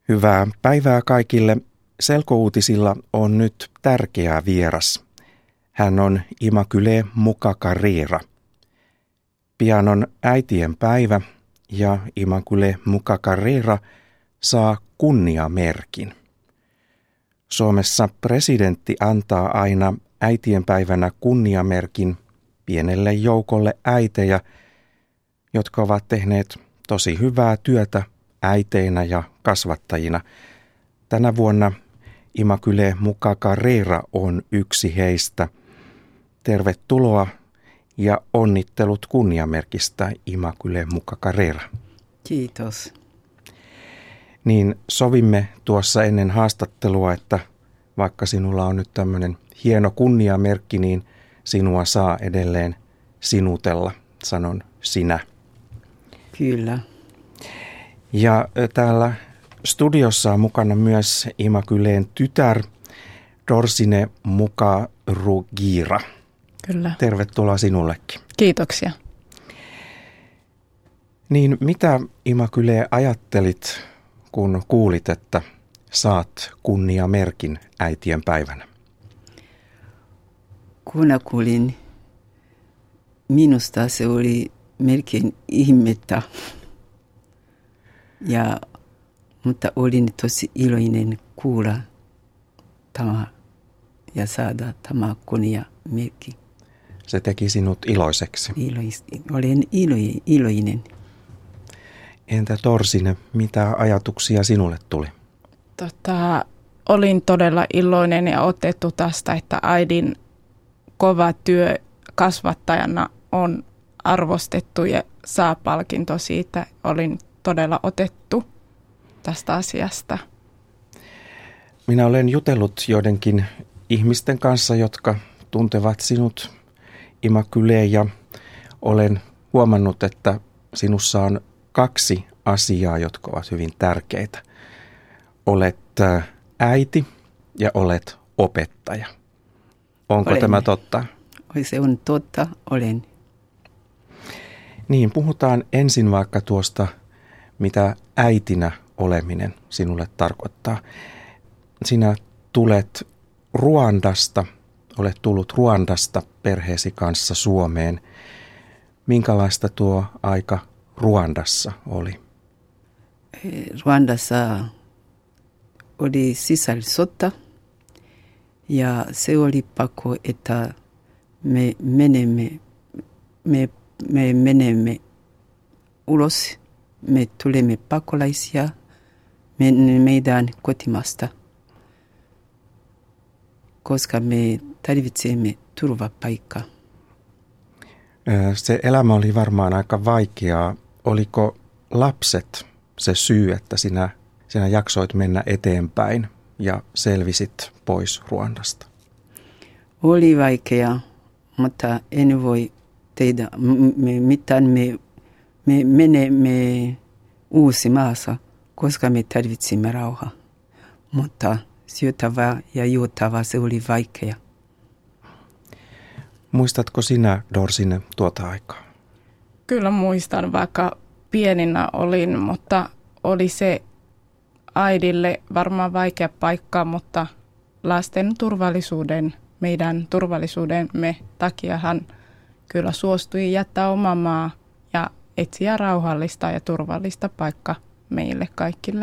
Hyvää päivää kaikille. Selkouutisilla on nyt tärkeä vieras. Hän on Immaculée Mukakarera. Pian on äitien päivä ja Immaculée Mukakarera saa kunniamerkin. Suomessa presidentti antaa aina äitienpäivänä kunniamerkin pienelle joukolle äitejä, jotka ovat tehneet tosi hyvää työtä äiteinä ja kasvattajina. Tänä vuonna Immaculée Mukakarera on yksi heistä. Tervetuloa ja onnittelut kunniamerkistä, Immaculée Mukakarera. Kiitos. Niin sovimme tuossa ennen haastattelua, että vaikka sinulla on nyt tämmöinen hieno kunniamerkki, niin sinua saa edelleen sinutella, sanon sinä. Kyllä. Ja täällä studiossa on mukana myös Immaculeen tytär Dorsine Mukarugira. Kyllä. Tervetuloa sinullekin. Kiitoksia. Niin mitä, Immaculée, ajattelit, kun kuulit, että saat kunniamerkin äitien päivänä? Kun kuulin, minusta se oli melkein ihmettä. Mutta olin tosi iloinen kuulla tämä ja saada tämä kunniamerkki. Se teki sinut iloiseksi. Olen iloinen. Entä Dorsine, mitä ajatuksia sinulle tuli? Olin todella iloinen ja otettu tästä, että äidin kova työ kasvattajana on arvostettu ja saa palkinto siitä. Olin todella otettu tästä asiasta. Minä olen jutellut joidenkin ihmisten kanssa, jotka tuntevat sinut, Immaculée, ja olen huomannut, että sinussa on kaksi asiaa, jotka ovat hyvin tärkeitä. Olet äiti ja olet opettaja. Onko tämä totta? Se on totta, olen. Niin, puhutaan ensin vaikka tuosta, mitä äitinä oleminen sinulle tarkoittaa. Sinä tulet Ruandasta, olet tullut Ruandasta perheesi kanssa Suomeen. Minkälaista tuo aika Ruandassa oli? Ruandassa oli sisällissota ja se oli pakko, että me menemme ulos, me tulemme pakolaisia meidän kotimaasta, koska me tarvitsemme turvapaikkaa. Se elämä oli varmaan aika vaikeaa. Oliko lapset se syy, että sinä jaksoit mennä eteenpäin ja selvisit pois Ruandasta? Oli vaikeaa, mutta en voi tehdä mitään. Me menemme uusi maassa, koska me tarvitsimme rauhaa. Mutta syötävää ja juotavaa se oli vaikeaa. Muistatko sinä, Dorsine, tuota aikaa? Kyllä muistan, vaikka pieninä olin, mutta oli se äidille varmaan vaikea paikka, mutta lasten turvallisuuden, meidän turvallisuudemme takia hän kyllä suostui jättää oma maa ja etsiä rauhallista ja turvallista paikkaa meille kaikille.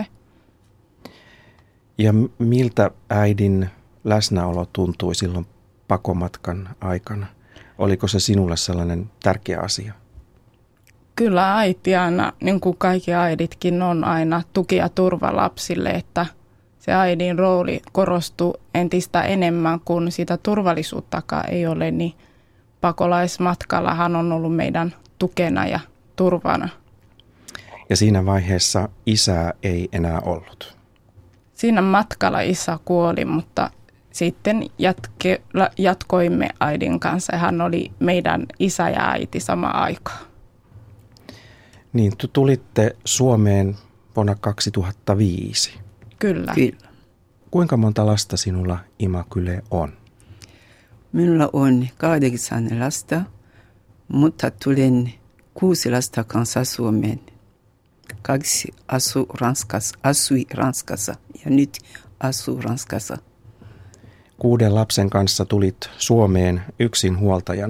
Ja miltä äidin läsnäolo tuntui silloin pakomatkan aikana? Oliko se sinulle sellainen tärkeä asia? Kyllä äiti aina, niin kuin kaikki äiditkin, on aina tuki ja turva lapsille, että se äidin rooli korostuu entistä enemmän, kun sitä turvallisuuttakaan ei ole, niin pakolaismatkalla hän on ollut meidän tukena ja turvana. Ja siinä vaiheessa isää ei enää ollut? Siinä matkalla isä kuoli, mutta sitten jatkoimme äidin kanssa ja hän oli meidän isä ja äiti samaan aikaan. Niin, tulitte Suomeen vuonna 2005. Kyllä. Kuinka monta lasta sinulla, Immaculée, on? Minulla on 8 lasta, mutta tulen 6 lasta kanssa Suomeen. 2 asui Ranskassa ja nyt asuu Ranskassa. 6 lapsen kanssa tulit Suomeen yksinhuoltajana.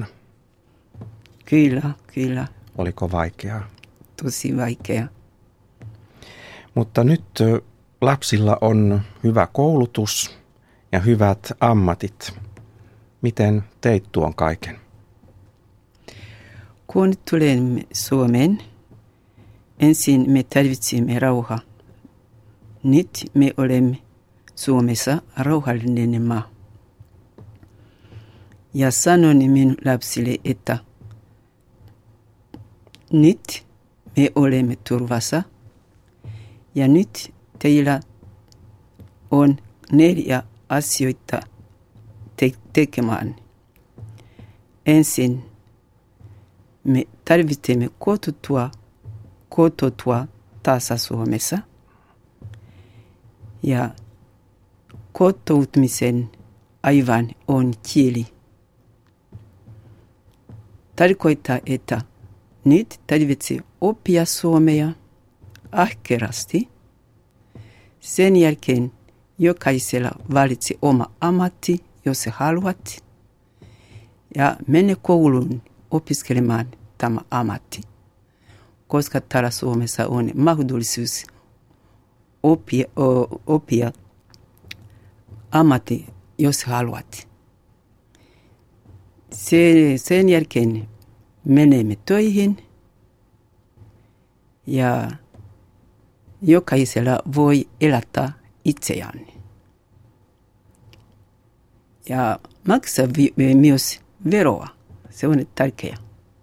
Kyllä. Oliko vaikeaa? Tosi vaikea. Mutta nyt lapsilla on hyvä koulutus ja hyvät ammatit. Miten teit tuon kaiken? Kun tulemme Suomeen, ensin me tarvitsimme rauhaa. Nyt me olemme Suomessa rauhallinen maa. Ja sanon minun lapsille, että nyt me olemme turvassa ja nyt teillä on 4 asioita tekemään. Ensin me tarvitsemme kotoutua taas Suomessa ja kotoutumisen aivan on kieli. Tarkoittaa, että nyt tarvitsee oppia suomea ahkerasti. Sen jälkeen jokaisella valitse oma ammatti, jos haluat. Ja mene kouluun opiskelemaan tämä ammatti. Koska täällä Suomessa on mahdollisuus oppia ammatti, jos haluat. Sen jälkeen menemme töihin ja jokaisella voi elättää itseään. Ja maksaa myös veroa. Se on tärkeää.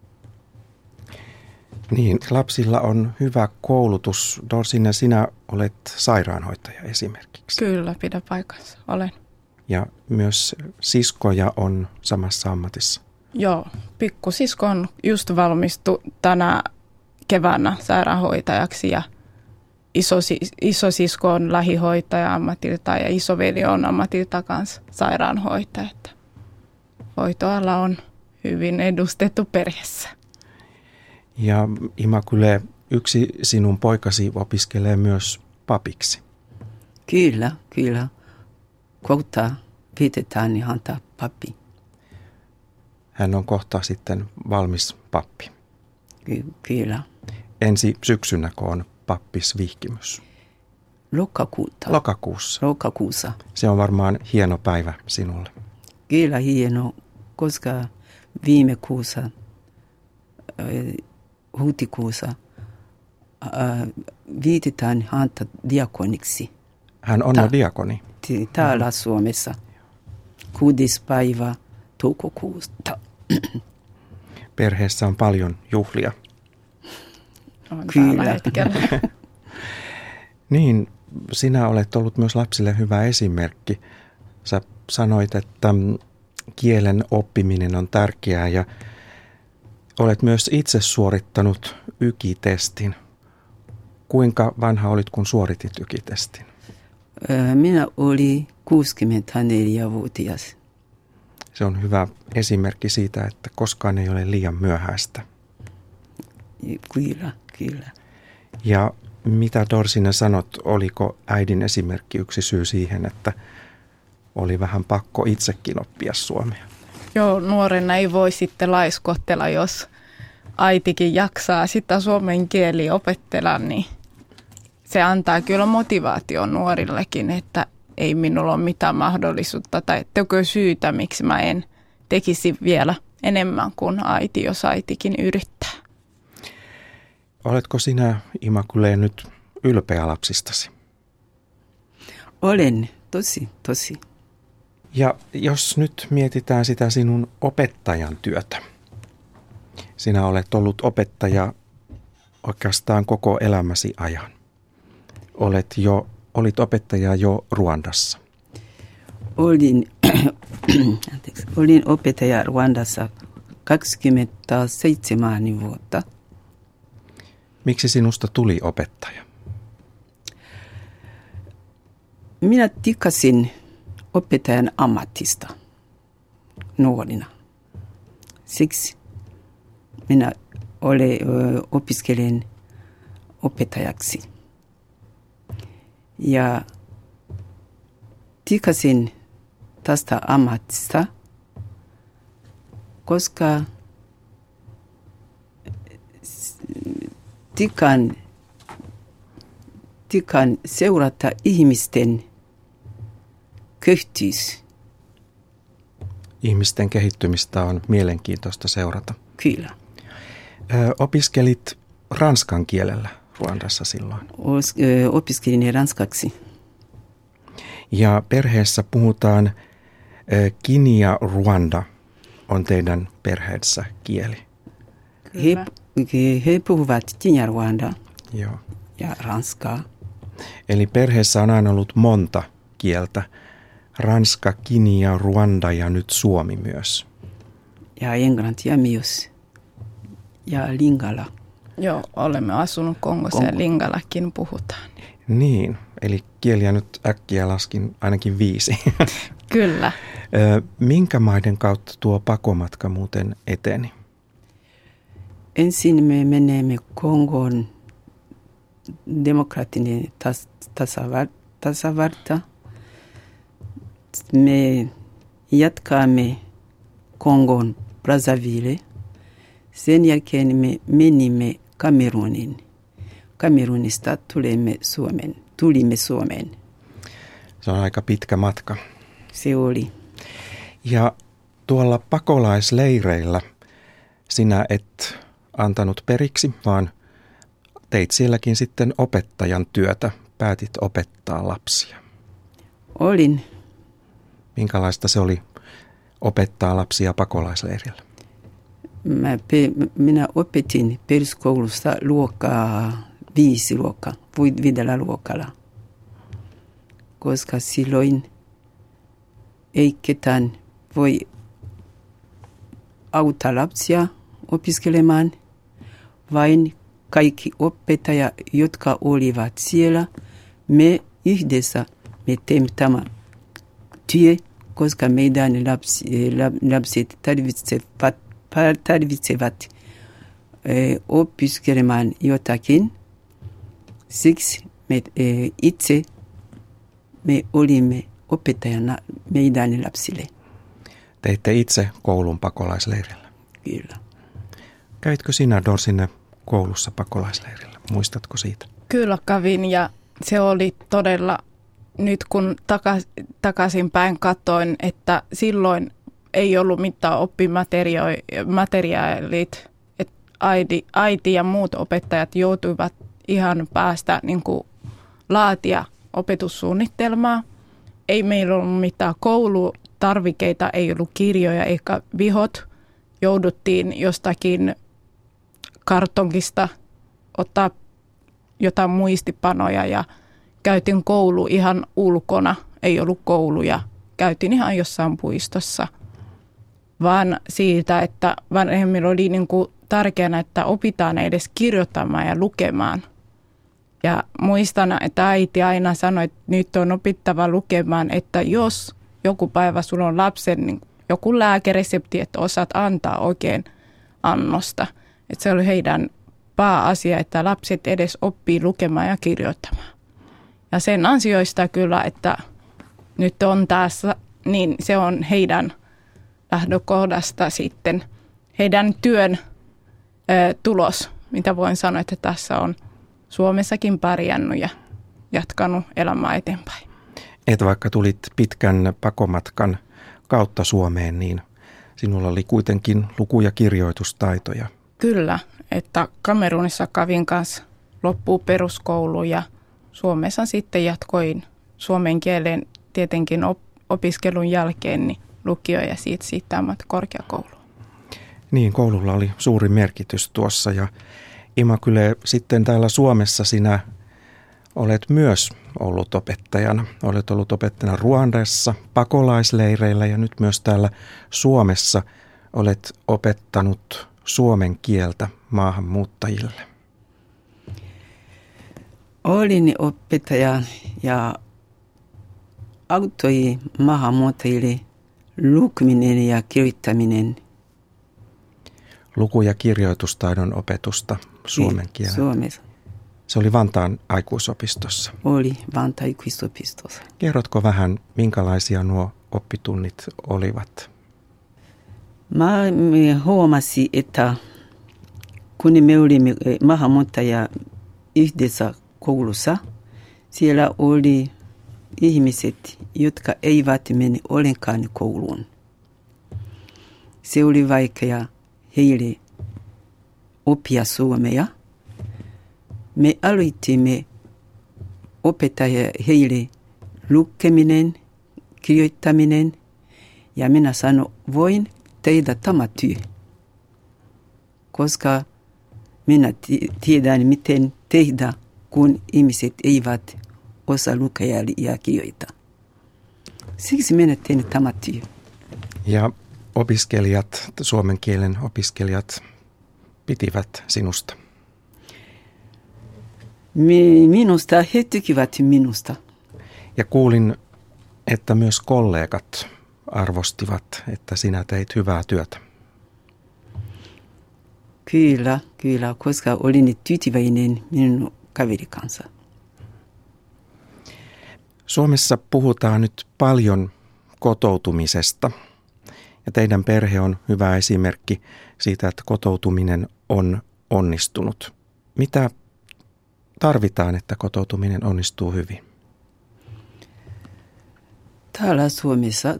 Niin, lapsilla on hyvä koulutus. Dorsina, sinä olet sairaanhoitaja esimerkiksi. Kyllä, pidä paikkansa. Olen. Ja myös siskoja on samassa ammatissa. Joo, pikkusisko on just valmistu tänä keväänä sairaanhoitajaksi ja isosisko on lähihoitaja ammatilta ja isoveli on ammatilta kanssa sairaanhoitaja. Hoitoala on hyvin edustettu perheessä. Ja Immaculée, yksi sinun poikasi opiskelee myös papiksi. Kyllä. Kohta vietetään ihan pappi. Hän on kohta sitten valmis pappi. Kyllä. Ensi syksynäkö on pappisvihkimys? Lokakuussa. Se on varmaan hieno päivä sinulle. Kyllä hieno, koska viime kuussa, huhtikuussa, viitetään häntä diakoniksi. Hän on jo diakoni. Täällä Suomessa. 6. päivä toukokuusta. Perheessä on paljon juhlia. On tällä hetkellä. Niin, sinä olet ollut myös lapsille hyvä esimerkki. Sä sanoit, että kielen oppiminen on tärkeää ja olet myös itse suorittanut YKI-testin. Kuinka vanha olit, kun suoritit YKI-testin? Minä olin 64-vuotias. Se on hyvä esimerkki siitä, että koskaan ei ole liian myöhäistä. Kyllä. Ja mitä Dorsina sanot, oliko äidin esimerkki yksi syy siihen, että oli vähän pakko itsekin oppia suomea? Joo, nuorena ei voi sitten laiskottella, jos äitikin jaksaa sitä suomen kieli opettella, niin se antaa kyllä motivaation nuorillekin, että ei minulla ole mitään mahdollisuutta tai syytä, miksi mä en tekisi vielä enemmän kuin äiti, jos äitikin yrittää. Oletko sinä, Immaculée, nyt ylpeä lapsistasi? Olen, tosi. Ja jos nyt mietitään sitä sinun opettajan työtä. Sinä olet ollut opettaja oikeastaan koko elämäsi ajan. Olit opettaja jo Ruandassa. Olin opettaja Ruandassa 27 vuotta. Miksi sinusta tuli opettaja? Minä tykkäsin opettajan ammatista nuorina. Siksi minä opiskelen opettajaksi. Ja tykkäsin tästä ammatista, koska tykkään seurata ihmisten kehitystä. Ihmisten kehittymistä on mielenkiintoista seurata. Kyllä. Opiskelit ranskan kielellä Ruandassa silloin. Opiskelin ranskaksi. Ja perheessä puhutaan Kinia Ruanda on teidän perheessä kieli. He puhuvat Kinia Ruanda Joo. ja ranskaa. Eli perheessä on aina ollut monta kieltä. Ranska, Kinia, Ruanda ja nyt suomi myös. Ja englantia myös. Ja lingala. Joo, olemme asunut Kongossa ja lingallakin puhutaan. Niin, eli kieliä nyt äkkiä laskin ainakin 5. Kyllä. Minkä maiden kautta tuo pakomatka muuten eteni? Ensin me menemme Kongon demokraattinen tasavalta. Me jatkamme Kongon Brazzaville. Sen jälkeen me menimme Kamerunin. Kamerunista tulimme Suomeen. Se on aika pitkä matka. Se oli. Ja tuolla pakolaisleireillä sinä et antanut periksi, vaan teit sielläkin sitten opettajan työtä. Päätit opettaa lapsia. Olin. Minkälaista se oli opettaa lapsia pakolaisleirillä? Minä opetin peruskoulusta luokkaa 5 luokalla, koska silloin ei ketään voi auttaa lapsia opiskelemaan, vain kaikki opettajat, jotka olivat siellä, me yhdessä me teemme tämä työ, koska meidän lapset tarvitsevat opiskelemaan jotakin. Siksi me olimme opettajana meidän lapsille. Teitte itse koulun pakolaisleirillä? Kyllä. Kävitkö sinä, Dorsinne, koulussa pakolaisleirillä? Muistatko siitä? Kyllä kävin ja se oli todella, nyt kun takaisinpäin katsoin, että silloin ei ollut mitään oppimateriaalit, että äiti ja muut opettajat joutuivat ihan päästä niin kuin laatia opetussuunnitelmaa. Ei meillä ollut mitään koulutarvikeita, ei ollut kirjoja eikä vihot. Jouduttiin jostakin kartonkista ottaa jotain muistipanoja ja käytiin koulu ihan ulkona. Ei ollut kouluja. Käytiin ihan jossain puistossa. Vaan siitä, että vanhemmilla oli niin kuin tärkeänä, että opitaan edes kirjoittamaan ja lukemaan. Ja muistan, että äiti aina sanoi, että nyt on opittava lukemaan, että jos joku päivä sulla on lapsen niin joku lääkeresepti, että osaat antaa oikein annosta. Että se oli heidän pääasia, että lapset edes oppii lukemaan ja kirjoittamaan. Ja sen ansioista kyllä, että nyt on tässä, niin se on heidän lähdökohdasta sitten heidän työn tulos, mitä voin sanoa, että tässä on Suomessakin pärjännyt ja jatkanut elämää eteenpäin. Et vaikka tulit pitkän pakomatkan kautta Suomeen, niin sinulla oli kuitenkin luku- ja kirjoitustaitoja. Kyllä, että Kamerunissa kävin kanssa loppuun peruskoulu ja Suomessa sitten jatkoin suomen kielen tietenkin opiskelun jälkeen niin lukio ja siitä korkeakoulu. Niin, koululla oli suuri merkitys tuossa ja Immaculée, sitten täällä Suomessa sinä olet myös ollut opettajana. Olet ollut opettajana Ruandassa, pakolaisleireillä ja nyt myös täällä Suomessa olet opettanut suomen kieltä maahanmuuttajille. Olin opettaja ja auttoi maahanmuuttajille lukeminen ja kirjoittaminen. Luku- ja kirjoitustaidon opetusta suomen kielellä. Suomessa. Se oli Vantaan aikuisopistossa. Oli Vantaan aikuisopistossa. Kerrotko vähän, minkälaisia nuo oppitunnit olivat? Mä huomasin, että kun me olimme maahanmuuttaja yhdessä koulussa, siellä oli ihmiset, jotka eivät mene ollenkaan kouluun. Se oli vaikea heille oppia suomea. Me aloitimme opettaa heille lukeminen, kirjoittaminen ja minä sanoin, voin tehdä tämä työ, koska minä tiedän, miten tehdä, kun ihmiset eivät osaa lukea ja kirjoittaa. Siksi minä tein tämä työ. Ja opiskelijat, suomen kielen opiskelijat, pitivät sinusta? Minusta, he tykivät minusta. Ja kuulin, että myös kollegat arvostivat, että sinä teit hyvää työtä. Kyllä, koska olin tyytyväinen minun kaverin kanssa. Suomessa puhutaan nyt paljon kotoutumisesta. Ja teidän perhe on hyvä esimerkki siitä, että kotoutuminen on onnistunut. Mitä tarvitaan, että kotoutuminen onnistuu hyvin? Täällä Suomessa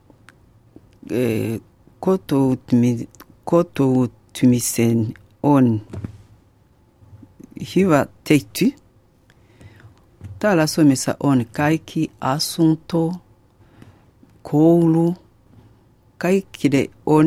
kotoutumisen on hyvä tehty. Täällä Suomessa on kaikki asunto, koulu, kaikille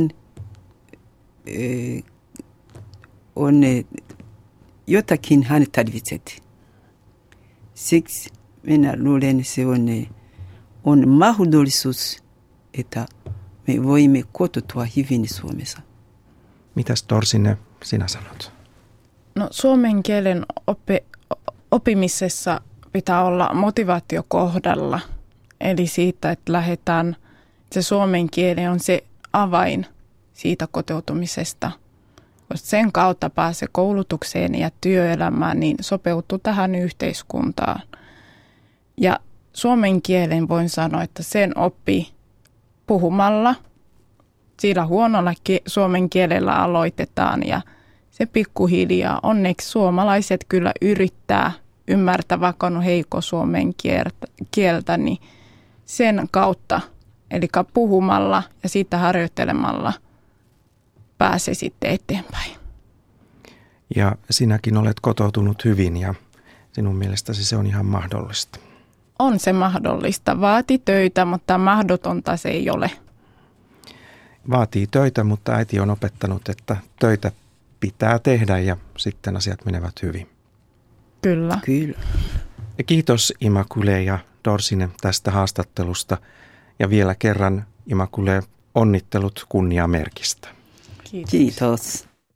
on jotakin hän tarvitset. Siksi minä luulen, se on mahdollisuus, että me voimme kotoutua hyvin Suomessa. Mitäs Dorsine sinä sanot? No, suomen kielen oppimisessa pitää olla motivaatio kohdalla. Eli siitä, että lähdetään, se suomen kieli on se avain siitä kotoutumisesta. Koska sen kautta pääsee koulutukseen ja työelämään, niin sopeutuu tähän yhteiskuntaan. Ja suomen kielen voin sanoa, että sen oppii puhumalla. Sillä huonolla suomen kielellä aloitetaan ja se pikkuhiljaa. Onneksi suomalaiset kyllä yrittää ymmärtää, vaikka on heikko suomen kieltä, niin sen kautta, eli puhumalla ja siitä harjoittelemalla pääsee sitten eteenpäin. Ja sinäkin olet kotoutunut hyvin ja sinun mielestäsi se on ihan mahdollista. On se mahdollista. Vaatii töitä, mutta mahdotonta se ei ole. Vaatii töitä, mutta äiti on opettanut, että töitä pitää tehdä ja sitten asiat menevät hyvin. Kyllä. Ja kiitos Immaculée ja Dorsine tästä haastattelusta ja vielä kerran Immaculée onnittelut kunniamerkistä. Kiitos. Kiitos.